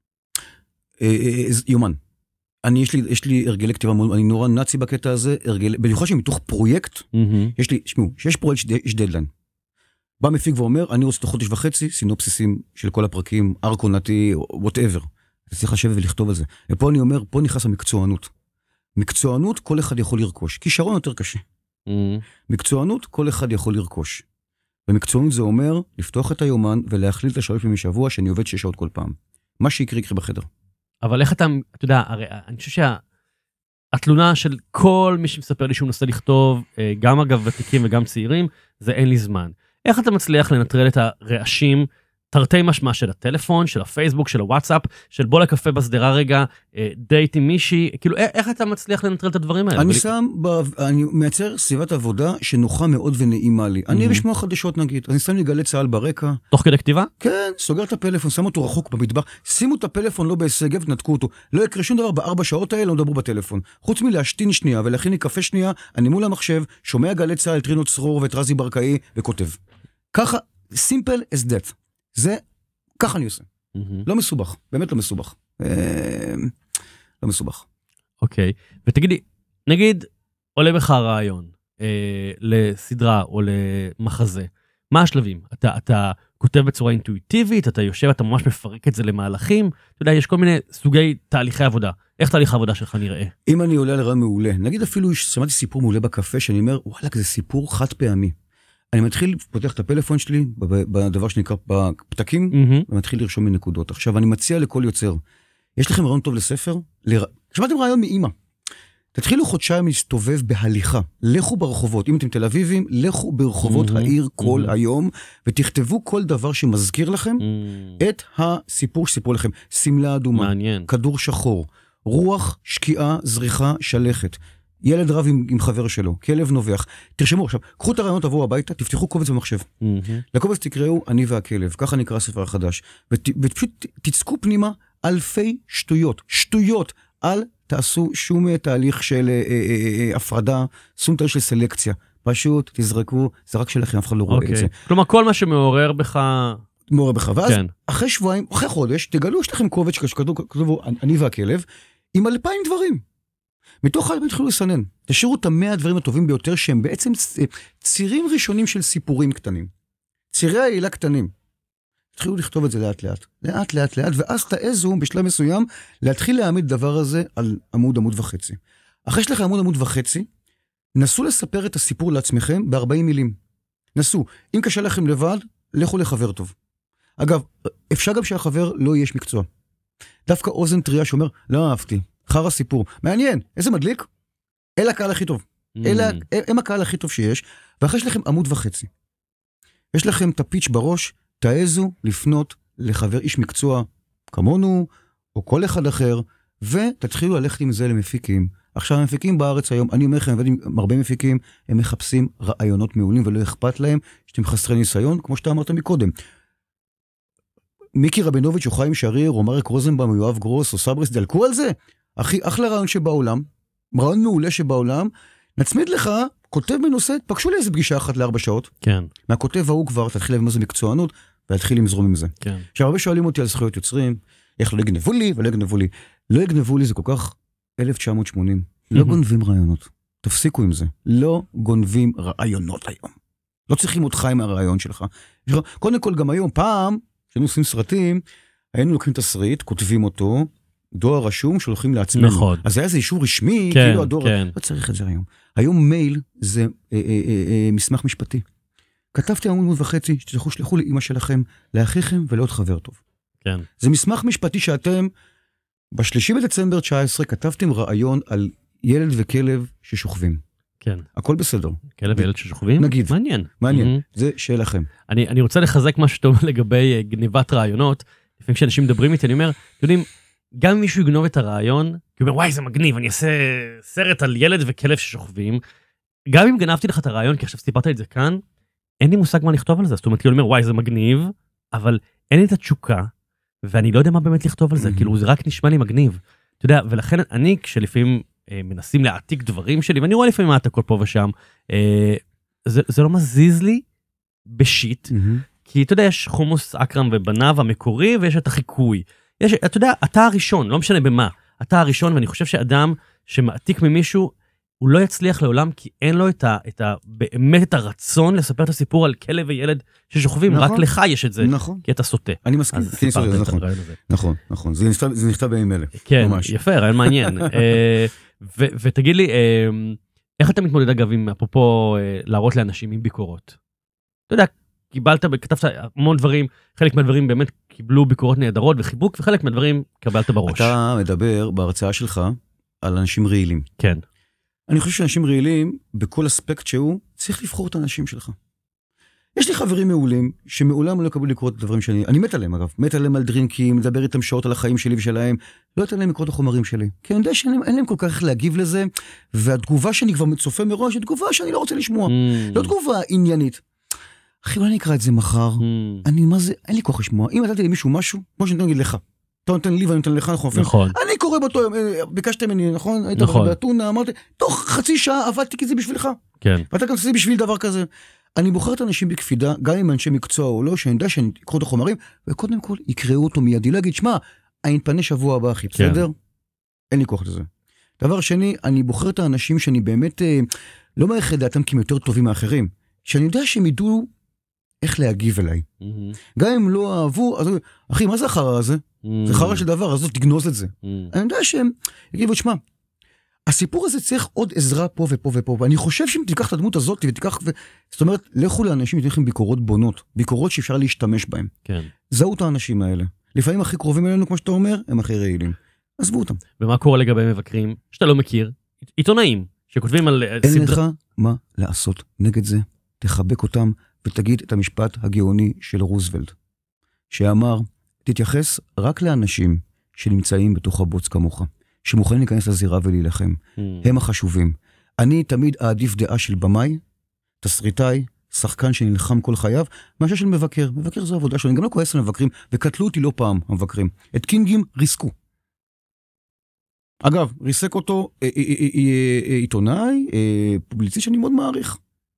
יומן. אני, יש לי, יש לי הרגלי כתיבה, אני נורא נאצי בקטע הזה, במיוחד שמתוך פרויקט, יש לי, שמעו, שיש פרויקט, יש דדליין. בא מפיק ואומר, אני רוצה תוך חודש וחצי, סינופסיסים של כל הפרקים, ארק עונתי, whatever. צריך לשבת ולכתוב על זה. ופה אני אומר, פה נכנס המקצוענות. מקצוענות, כל אחד יכול לרכוש. כישרון יותר קשה. מקצוענות, כל אחד יכול לרכוש. ומקצוענות זה אומר, לפתוח את היומן, ולהחליט לשלוש פעמים בשבוע, שאני עובד שש שעות כל פעם. מה שיקרה, יקרה בחדר. אבל איך אתה, אתה יודע, הרי, אני חושב שהתלונה של כל מי שמספר לי שהוא נושא לכתוב, גם אגב ותיקים וגם צעירים, זה אין לי זמן. איך אתה מצליח לנטרל את הרעשים, תרתי משמע של הטלפון, של הפייסבוק, של הוואטסאפ, של בוא לקפה בסדרה רגע, דייט עם מישהי, כאילו איך אתה מצליח לנטרל את הדברים האלה? אני שם, אני מייצר סביבת עבודה שנוחה מאוד ונעימה לי. אני בשמוע חדשות נגיד, אני שם לי גלי צהל ברקע. תוך כדי כתיבה? כן, סוגר את הפלאפון, שם אותו רחוק במטבח, שימו את הפלאפון לא בהישגב, תנתקו אותו. לא יקרה שום דבר בארבע שעות האלה, לא מדברו בטלפון. חוץ מלהשתין שנייה ולהכין לי קפה שנייה, אני מול המחשב, שומע גלי צהל, טרינות צרור ואת רזי ברקאי וכותב. ככה, simple as that. זה, ככה אני עושה. לא מסובך, באמת לא מסובך. לא מסובך. אוקיי, ותגידי, נגיד, עולה בך רעיון לסדרה או למחזה, מה השלבים? אתה, אתה כותב בצורה אינטואיטיבית, אתה יושב, אתה ממש מפרק את זה למהלכים, אתה יודע, יש כל מיני סוגי תהליכי עבודה. איך תהליך העבודה שלך נראה? אם אני עולה לרעיון מעולה, נגיד אפילו שמעתי סיפור מעולה בקפה, שאני אומר, וואלה, זה סיפור חד פעמי. אני מתחיל, פותח את הפלאפון שלי, בדבר שנקרא בפתקים, ומתחיל לרשום מנקודות. עכשיו, אני מציע לכל יוצר, יש לכם רעיון טוב לספר? שמעתם רעיון מאמא. תתחילו חודשיים להסתובב בהליכה. לכו ברחובות. אם אתם תל אביבים, לכו ברחובות העיר כל היום, ותכתבו כל דבר שמזכיר לכם את הסיפור שסיפרו לכם. סמלה אדומה, כדור שחור, רוח, שקיעה, זריחה, שלכת. ילד רב עם, עם חבר שלו, כלב נובח. תרשמו עכשיו, קחו את הרעיונות, תבואו הביתה, תפתחו קובץ במחשב. Mm-hmm. לקובץ תקראו אני והכלב, ככה נקרא הספר החדש. ות, ופשוט תצקו פנימה אלפי שטויות. שטויות. אל תעשו שום תהליך של אה, אה, אה, הפרדה, שום תהליך של סלקציה. פשוט תזרקו, זה רק שלכם, אף אחד לא רואה okay. את זה. כלומר, כל מה שמעורר בך... מעורר בך. ואז כן. אחרי שבועיים, אחרי חודש, תגלו שיש לכם קובץ שכתבו אני והכלב, עם אלפיים דברים. מתוך האלפיים התחילו לסנן. תשאירו את המאה הדברים הטובים ביותר, שהם בעצם צירים ראשונים של סיפורים קטנים. צירי העילה קטנים. התחילו לכתוב את זה לאט לאט. לאט לאט לאט, ואז תעזו בשלב מסוים, להתחיל להעמיד דבר הזה על עמוד עמוד וחצי. אחרי שלכם עמוד עמוד וחצי, נסו לספר את הסיפור לעצמכם ב-ארבעים מילים. נסו. אם קשה לכם לבד, לכו לחבר טוב. אגב, אפשר גם שהחבר לא יש מקצוע. דווקא אוזן טריה שאומר, לא אהבתי. חר הסיפור. מעניין, איזה מדליק? אלה הקהל הכי טוב. אלה, הם הקהל הכי טוב שיש, ואחרי יש לכם עמוד וחצי. יש לכם את הפיץ' בראש, תעזו לפנות לחבר איש מקצוע כמונו, או כל אחד אחר, ותתחילו ללכת עם זה למפיקים. עכשיו, המפיקים בארץ היום, אני אומר לכם, עם הרבה מפיקים, הם מחפשים רעיונות מעולים, ולא אכפת להם שאתם חסרי ניסיון, כמו שאתה אמרת מקודם. מיקי רבינוביץ' או חיים שריר, או מרק רוזנבאום, או יואב גרוס, או סברס, דלקו על זה. אחי, אחלה רעיון שבעולם, רעיון מעולה שבעולם, נצמיד לך, כותב בנושא, פגשו לי איזה פגישה אחת לארבע שעות. כן. מהכותב ההוא כבר, תתחיל להבין מה זה מקצוענות, ולהתחיל למזרום עם זה. כן. עכשיו, הרבה שואלים אותי על זכויות יוצרים, איך לא יגנבו לי ולא יגנבו לי. לא יגנבו לי, זה כל כך אלף תשע מאות שמונים. לא גונבים רעיונות. תפסיקו עם זה. לא גונבים רעיונות היום. לא צריכים אותך עם הרעיון שלך. קודם כל, גם היום, פעם, כשאנו עושים סרטים, היינו לוקחים תסריט, כותבים אותו, דואר רשום שולחים לעצמנו. נכון. אז היה איזה אישור רשמי, כן, כאילו הדואר... כן. לא צריך את זה היום. היום מייל זה אה, אה, אה, אה, מסמך משפטי. כתבתי עמוד וחצי, שתלכו שלחו לאמא שלכם, לאחיכם ולעוד חבר טוב. כן. זה מסמך משפטי שאתם, בשלישי בדצמבר תשע עשרה, כתבתם רעיון על ילד וכלב ששוכבים. כן. הכל בסדר. כלב וילד ששוכבים? נגיד. מעניין. מעניין. Mm-hmm. זה שאלכם. אני, אני רוצה לחזק מה שאתה אומר לגבי גניבת רעיונות. לפעמים כשאנשים מדברים איתי, אני אומר, אתם יודעים, גם אם מישהו יגנוב את הרעיון, כי הוא אומר, וואי, זה מגניב, אני אעשה סרט על ילד וכלב ששוכבים. גם אם גנבתי לך את הרעיון, כי עכשיו סיפרת את זה כאן, אין לי מושג מה לכתוב על זה. זאת אומרת, אני אומר, וואי, זה מגניב, אבל אין לי את התשוקה, ואני לא יודע מה באמת לכתוב על זה, כאילו זה רק נשמע לי מגניב. אתה יודע, ולכן אני, כשלפעמים אה, מנסים להעתיק דברים שלי, ואני רואה לפעמים מעתק כל פה ושם, אה, זה, זה לא מזיז לי בשיט, כי אתה יודע, יש חומוס אקרם ובניו המקורי, ויש את החיקוי. יש, אתה יודע, אתה הראשון, לא משנה במה, אתה הראשון, ואני חושב שאדם שמעתיק ממישהו, הוא לא יצליח לעולם, כי אין לו את ה, את ה, באמת את הרצון לספר את הסיפור על כלב וילד ששוכבים, נכון, רק לך יש את זה, נכון. כי אתה סוטה. אני מסכים, כן, סוטה, זה נכון. נכון, נכון, זה נכתב, זה נכתב בימים אלה. כן, ממש. יפה, רעיון מעניין. ו, ותגיד לי, איך אתה מתמודד אגב עם, אפרופו, להראות לאנשים עם ביקורות? אתה יודע, קיבלת, כתבת המון דברים, חלק מהדברים באמת קיבלו ביקורות נהדרות וחיבוק, וחלק מהדברים קבלת בראש. אתה מדבר בהרצאה שלך על אנשים רעילים. כן. אני חושב שאנשים רעילים, בכל אספקט שהוא, צריך לבחור את האנשים שלך. יש לי חברים מעולים, שמעולם לא יקבלו לקרוא את הדברים שאני, אני מת עליהם אגב, מת עליהם על דרינקים, לדבר איתם שעות על החיים שלי ושלהם, לא ית עליהם לקרוא את החומרים שלי. כי אני יודע שאין להם כל כך איך להגיב לזה, והתגובה שאני כבר מצופה מראש, היא תגובה שאני לא רוצה לשמוע. Mm. לא תגובה עניינית. אחי, אולי אני אקרא את זה מחר. Mm. אני, מה זה, אין לי כוח לשמוע. אם נתתי למישהו משהו, כמו שאני נגיד לך. אתה נותן לי ואני נותן לך, נכון. אני קורא באותו יום, ביקשתם ממני, נכון? היית באתונה, אמרתי, תוך חצי שעה עבדתי כי זה בשבילך. כן. ואתה גם תעשי בשביל דבר כזה. אני בוחר את האנשים בקפידה, גם עם אנשי מקצוע או לא, שאני יודע שאני אקרוא את החומרים, וקודם כל יקראו אותו מיידי, להגיד, שמה, אני אתפנה שבוע הבא, אחי, בסדר? אין לי כוח לזה. דבר שני, אני בוחר את האנשים שאני באמת, לא מעריך את דעתם כי הם יותר טובים מאחרים, שאני יודע שהם ידעו איך להגיב אליי. גם אם לא אהבו, אז אחי, מה זה החרא הזה? זה חרא של דבר, אז תגנוז את זה. אני יודע שהם יגידו, שמה, הסיפור הזה צריך עוד עזרה פה ופה ופה, ואני חושב שאם תיקח את הדמות הזאת ותיקח, ו... זאת אומרת, לכו לאנשים ותיקחים ביקורות בונות, ביקורות שאפשר להשתמש בהם. כן. זהו את האנשים האלה. לפעמים הכי קרובים אלינו, כמו שאתה אומר, הם הכי רעילים. עזבו אותם. ומה קורה לגבי מבקרים שאתה לא מכיר? עיתונאים שכותבים על... אין סדר... לך מה לעשות נגד זה. תחבק אותם ותגיד את המשפט הגאוני של רוזוולט, שאמר, תתייחס רק לאנשים שנמצאים בתוך הבוץ כמוך. שמוכנים להיכנס לזירה ולהילחם. Mm. הם החשובים. אני תמיד אעדיף דעה של במאי, תסריטאי, שחקן שנלחם כל חייו, מאשר של מבקר. מבקר זו עבודה שלו. אני גם לא כועס על מבקרים, וקטלו אותי לא פעם המבקרים. את קינגים ריסקו. אגב, ריסק אותו אה, אה, אה, אה, עיתונאי, אה, פובליציסט שאני מאוד מעריך,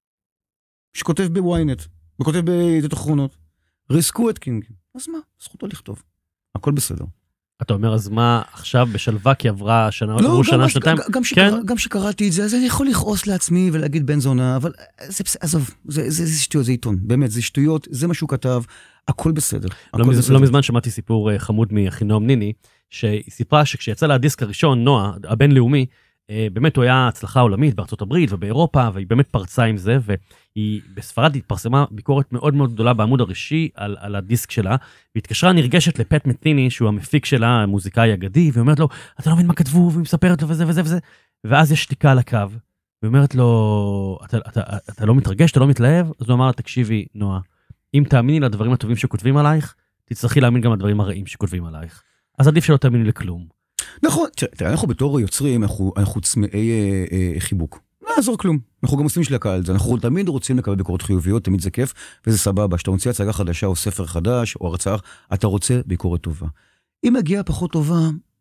שכותב בוויינט, וכותב בידיעות אחרונות. ריסקו את קינגים. אז מה? זכותו לכתוב. הכל בסדר. אתה אומר, אז מה עכשיו בשלווה, כי עברה שנה, לא, עברו שנה, שנתיים? גם, שקרא, כן? גם שקראתי את זה, אז אני יכול לכעוס לעצמי ולהגיד בן זונה, אבל זה, עזוב, זה, זה, זה שטויות, זה עיתון, באמת, זה שטויות, זה מה שהוא כתב, הכל בסדר. הכל לא, בסדר. לא מזמן שמעתי סיפור חמוד מאחינועם ניני, שהיא סיפרה שכשיצא לה הדיסק הראשון, נועה, הבינלאומי, באמת הוא היה הצלחה עולמית בארצות הברית ובאירופה, והיא באמת פרצה עם זה, והיא בספרד התפרסמה ביקורת מאוד מאוד גדולה בעמוד הראשי על, על הדיסק שלה, והתקשרה נרגשת לפט מתיני, שהוא המפיק שלה, המוזיקאי אגדי, ואומרת לו, אתה לא מבין מה כתבו, והיא מספרת לו וזה וזה וזה, ואז יש שתיקה על הקו, ואומרת לו, אתה, אתה, אתה, אתה לא מתרגש, אתה לא מתלהב, אז הוא אמר לה, תקשיבי, נועה, אם תאמיני לדברים הטובים שכותבים עלייך, תצטרכי להאמין גם לדברים הרעים שכותבים עלייך. אז עדיף שלא תאמיני לכלום. נכון, תראה, אנחנו בתור יוצרים, אנחנו, אנחנו צמאי אה, אה, חיבוק. לא יעזור כלום. אנחנו גם עושים של הקהל זה. אנחנו תמיד רוצים לקבל ביקורות חיוביות, תמיד זה כיף, וזה סבבה. שאתה מוציא הצגה חדשה, או ספר חדש, או הרצאה, אתה רוצה ביקורת טובה. אם מגיעה פחות טובה,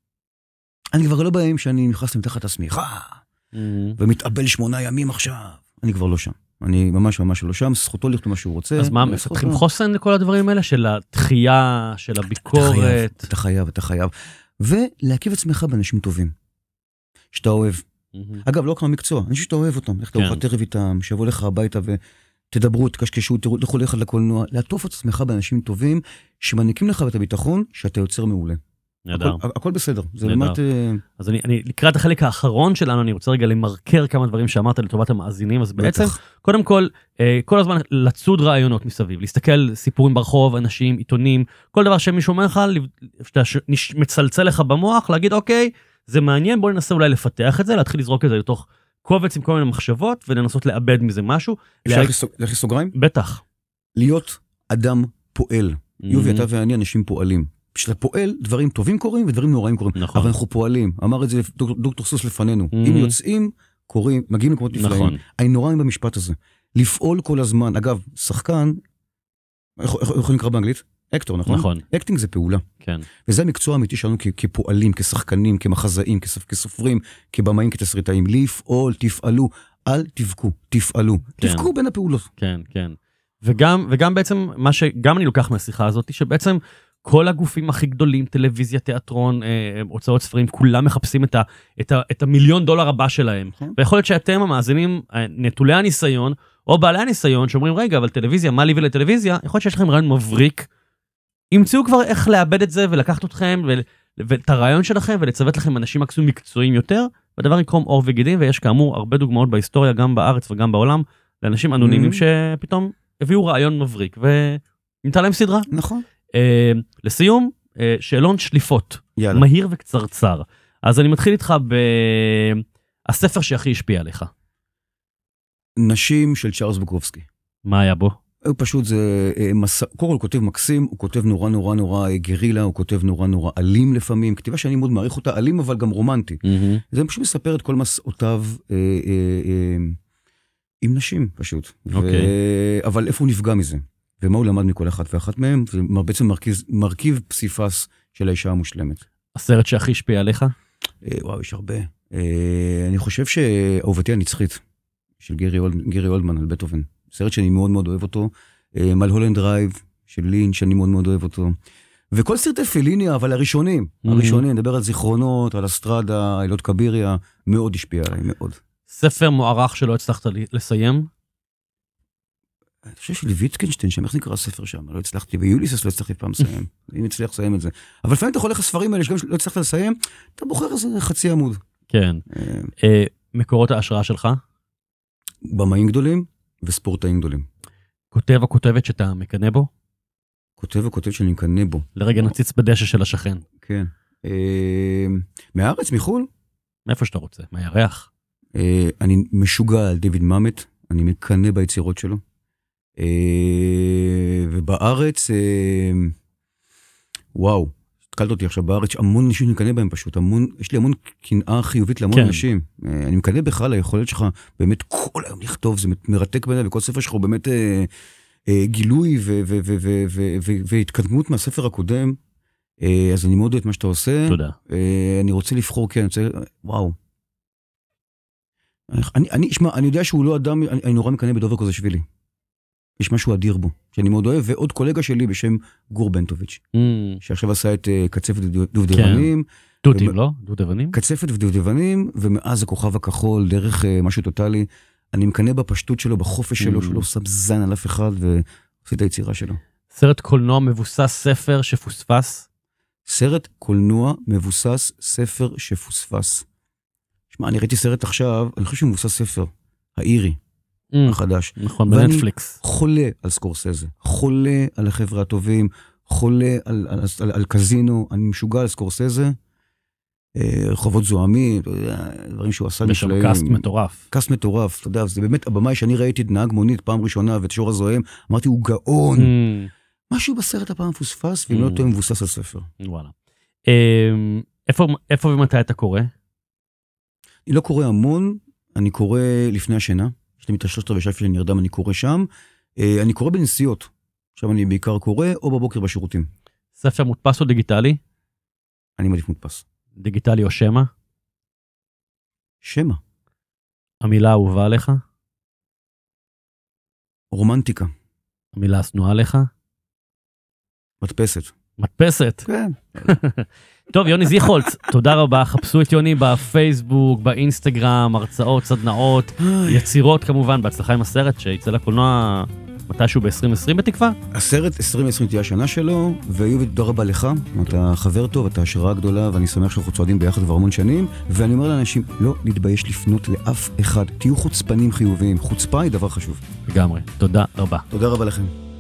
אני כבר לא באים שאני נכנס למתחת הסמיכה, mm-hmm. ומתאבל שמונה ימים עכשיו. אני כבר לא שם. אני ממש ממש לא שם, זכותו לכתוב מה שהוא רוצה. אז מה, מפתחים חוסן לכל הדברים האלה? של התחייה, של הביקורת? אתה חייב, אתה חייב. ולהקיב עצמך באנשים טובים, שאתה אוהב. Mm-hmm. אגב, לא כמו מקצוע, אנשים שאתה אוהב אותם, לך תארוחת ערב איתם, שיבוא לך הביתה ותדברו, תקשקשו, תלכו לך לקולנוע, לעטוף את עצמך באנשים טובים, שמעניקים לך את הביטחון שאתה יוצר מעולה. נהדר. הכל, הכל בסדר, זה באמת... אז אני, אני, לקראת החלק האחרון שלנו, אני רוצה רגע למרקר כמה דברים שאמרת לטובת המאזינים, אז בעצם, קודם כל, כל הזמן לצוד רעיונות מסביב, להסתכל סיפורים ברחוב, אנשים, עיתונים, כל דבר שמישהו אומר לך, שאתה מצלצל לך במוח, להגיד, אוקיי, זה מעניין, בוא ננסה אולי לפתח את זה, להתחיל לזרוק את זה לתוך קובץ עם כל מיני מחשבות, ולנסות לאבד מזה משהו. אפשר להכניס סוגריים? בטח. להיות אדם פועל. יובי, אתה ואני אנשים פועלים. כשאתה פועל, דברים טובים קורים ודברים נוראים קורים. נכון. אבל אנחנו פועלים. אמר את זה דוקטור סוס לפנינו. Mm-hmm. אם יוצאים, קורים, מגיעים לקומות נפלאים. נכון. אני נורא במשפט הזה. לפעול כל הזמן. אגב, שחקן, איך הוא נקרא באנגלית? אקטור, נכון? נכון. אקטינג זה פעולה. כן. וזה המקצוע האמיתי שלנו כ- כפועלים, כשחקנים, כמחזאים, כסופ- כסופרים, כבמאים, כתסריטאים. לפעול, תפעלו, אל תבכו, תפעלו. כן. תבכו בין הפעולות. כן, כן. וגם, וגם בעצם, מה שגם אני לוקח מהשיחה הזאת, שבעצם כל הגופים הכי גדולים, טלוויזיה, תיאטרון, אה, הוצאות ספרים, כולם מחפשים את, ה, את, ה, את המיליון דולר הבא שלהם. נכון. ויכול להיות שאתם המאזינים, נטולי הניסיון, או בעלי הניסיון, שאומרים, רגע, אבל טלוויזיה, מה לי ולטלוויזיה? יכול להיות שיש לכם רעיון מבריק. ימצאו כבר איך לאבד את זה, ולקחת אתכם, ו, ואת הרעיון שלכם, ולצוות לכם אנשים מקסימום מקצועיים יותר, והדבר יקרום אור וגידים, ויש כאמור הרבה דוגמאות בהיסטוריה, גם בארץ וגם בעולם, לאנשים אנונימיים Mm-hmm. שפתאום הביאו רעיון מבריק, ונמצא להם סדרה. נכון. אה, לסיום, אה, שאלון שליפות, יאללה. מהיר וקצרצר. אז אני מתחיל איתך בספר שהכי השפיע עליך. נשים של צ'ארלס בוקובסקי. מה היה בו? הוא פשוט זה, אה, מסע, קודם כל הוא כותב מקסים, הוא כותב נורא נורא נורא גרילה, הוא כותב נורא נורא אלים לפעמים, כתיבה שאני מאוד מעריך אותה, אלים אבל גם רומנטי. Mm-hmm. זה פשוט מספר את כל מסעותיו אה, אה, אה, עם נשים פשוט. אוקיי. ו... אבל איפה הוא נפגע מזה? ומה הוא למד מכל אחת ואחת מהם? זה בעצם מרכיב, מרכיב פסיפס של האישה המושלמת. הסרט שהכי השפיע עליך? אה, וואו, יש הרבה. אה, אני חושב שאהובתי הנצחית, של גירי, אולד, גירי אולדמן על בטהובן. סרט שאני מאוד מאוד אוהב אותו. אה, מלהולנד דרייב של לינץ', שאני מאוד מאוד אוהב אותו. וכל סרטי פליניה, אבל הראשונים. Mm-hmm. הראשונים, נדבר על זיכרונות, על אסטרדה, אילות קביריה, מאוד השפיע עליי, מאוד. ספר מוערך שלא הצלחת לסיים? אני חושב של ויטקנשטיין, שם איך נקרא הספר שם, לא הצלחתי, ויוליסס לא הצלחתי פעם לסיים, אם הצליח לסיים את זה. אבל לפעמים אתה הולך לספרים האלה, שגם לא הצלחת לסיים, אתה בוחר איזה חצי עמוד. כן. אה, מקורות ההשראה שלך? במאים גדולים וספורטאים גדולים. כותב או כותבת שאתה מקנא בו? כותב וכותב שאני מקנא בו. לרגע נציץ בדשא של השכן. כן. אה, מהארץ, מחול? מאיפה שאתה רוצה, מהירח. אה, אני משוגע על דיוויד מאמט, אני מקנא ביצירות שלו. ובארץ, וואו, התקלת אותי עכשיו בארץ, המון נשים אני מקנא בהם פשוט, המון, יש לי המון קנאה חיובית להמון נשים. אני מקנא בכלל, היכולת שלך באמת כל היום לכתוב, זה מרתק בעיניי, וכל ספר שלך הוא באמת גילוי והתקדמות מהספר הקודם, אז אני מאוד אוהב את מה שאתה עושה. תודה. אני רוצה לבחור, כן, אני רוצה, וואו. אני, אני, שמה, אני יודע שהוא לא אדם, אני, אני נורא מקנא בדובר קוזשווילי. יש משהו אדיר בו, שאני מאוד אוהב, ועוד קולגה שלי בשם גור בנטוביץ', mm. שעכשיו עשה את uh, קצפת ודובדבנים. כן. דודים, ו... לא? דובדבנים? קצפת ודובדבנים, ומאז הכוכב הכחול, דרך uh, משהו טוטלי, אני מקנא בפשטות שלו, בחופש mm. שלו, שלא שם זן על אף אחד, ועושה את היצירה שלו. סרט קולנוע מבוסס ספר שפוספס? סרט קולנוע מבוסס ספר שפוספס. שמע, אני ראיתי סרט עכשיו, אני חושב שהוא מבוסס ספר, האירי. החדש. נכון, בנטפליקס. חולה על סקורסזה, חולה על החבר'ה הטובים, חולה על, על, על, על קזינו, אני משוגע על סקורסזה, רחובות זוהמים, דברים שהוא עשה בשם קאסט מטורף. קאסט מטורף, אתה יודע, זה באמת הבמאי שאני ראיתי את נהג מונית פעם ראשונה, ואת שור הזוהם, אמרתי, הוא גאון. משהו בסרט הפעם פוספס, ואם לא טוב מבוסס על ספר. וואלה. איפה ומתי אתה קורא? אני לא קורא המון, אני קורא לפני השינה. יש לי מתרשת רבי שפי שאני נרדם, אני קורא שם. אני קורא בנסיעות. עכשיו אני בעיקר קורא, או בבוקר בשירותים. ספר מודפס או דיגיטלי? אני מעדיף מודפס. דיגיטלי או שמה? שמה. המילה האהובה עליך? רומנטיקה. המילה השנואה עליך? מדפסת. מדפסת? כן. טוב, יוני זיכולץ, תודה רבה. חפשו את יוני בפייסבוק, באינסטגרם, הרצאות, סדנאות, יצירות כמובן, בהצלחה עם הסרט שיצא לקולנוע מתישהו ב-עשרים עשרים בתקווה. הסרט עשרים עשרים תהיה השנה שלו, ויובי, תודה רבה לך. אתה חבר טוב, אתה השראה גדולה, ואני שמח שאנחנו צועדים ביחד כבר המון שנים, ואני אומר לאנשים, לא להתבייש לפנות לאף אחד. תהיו חוצפנים חיוביים. חוצפה היא דבר חשוב. לגמרי. תודה רבה. תודה רבה לכם.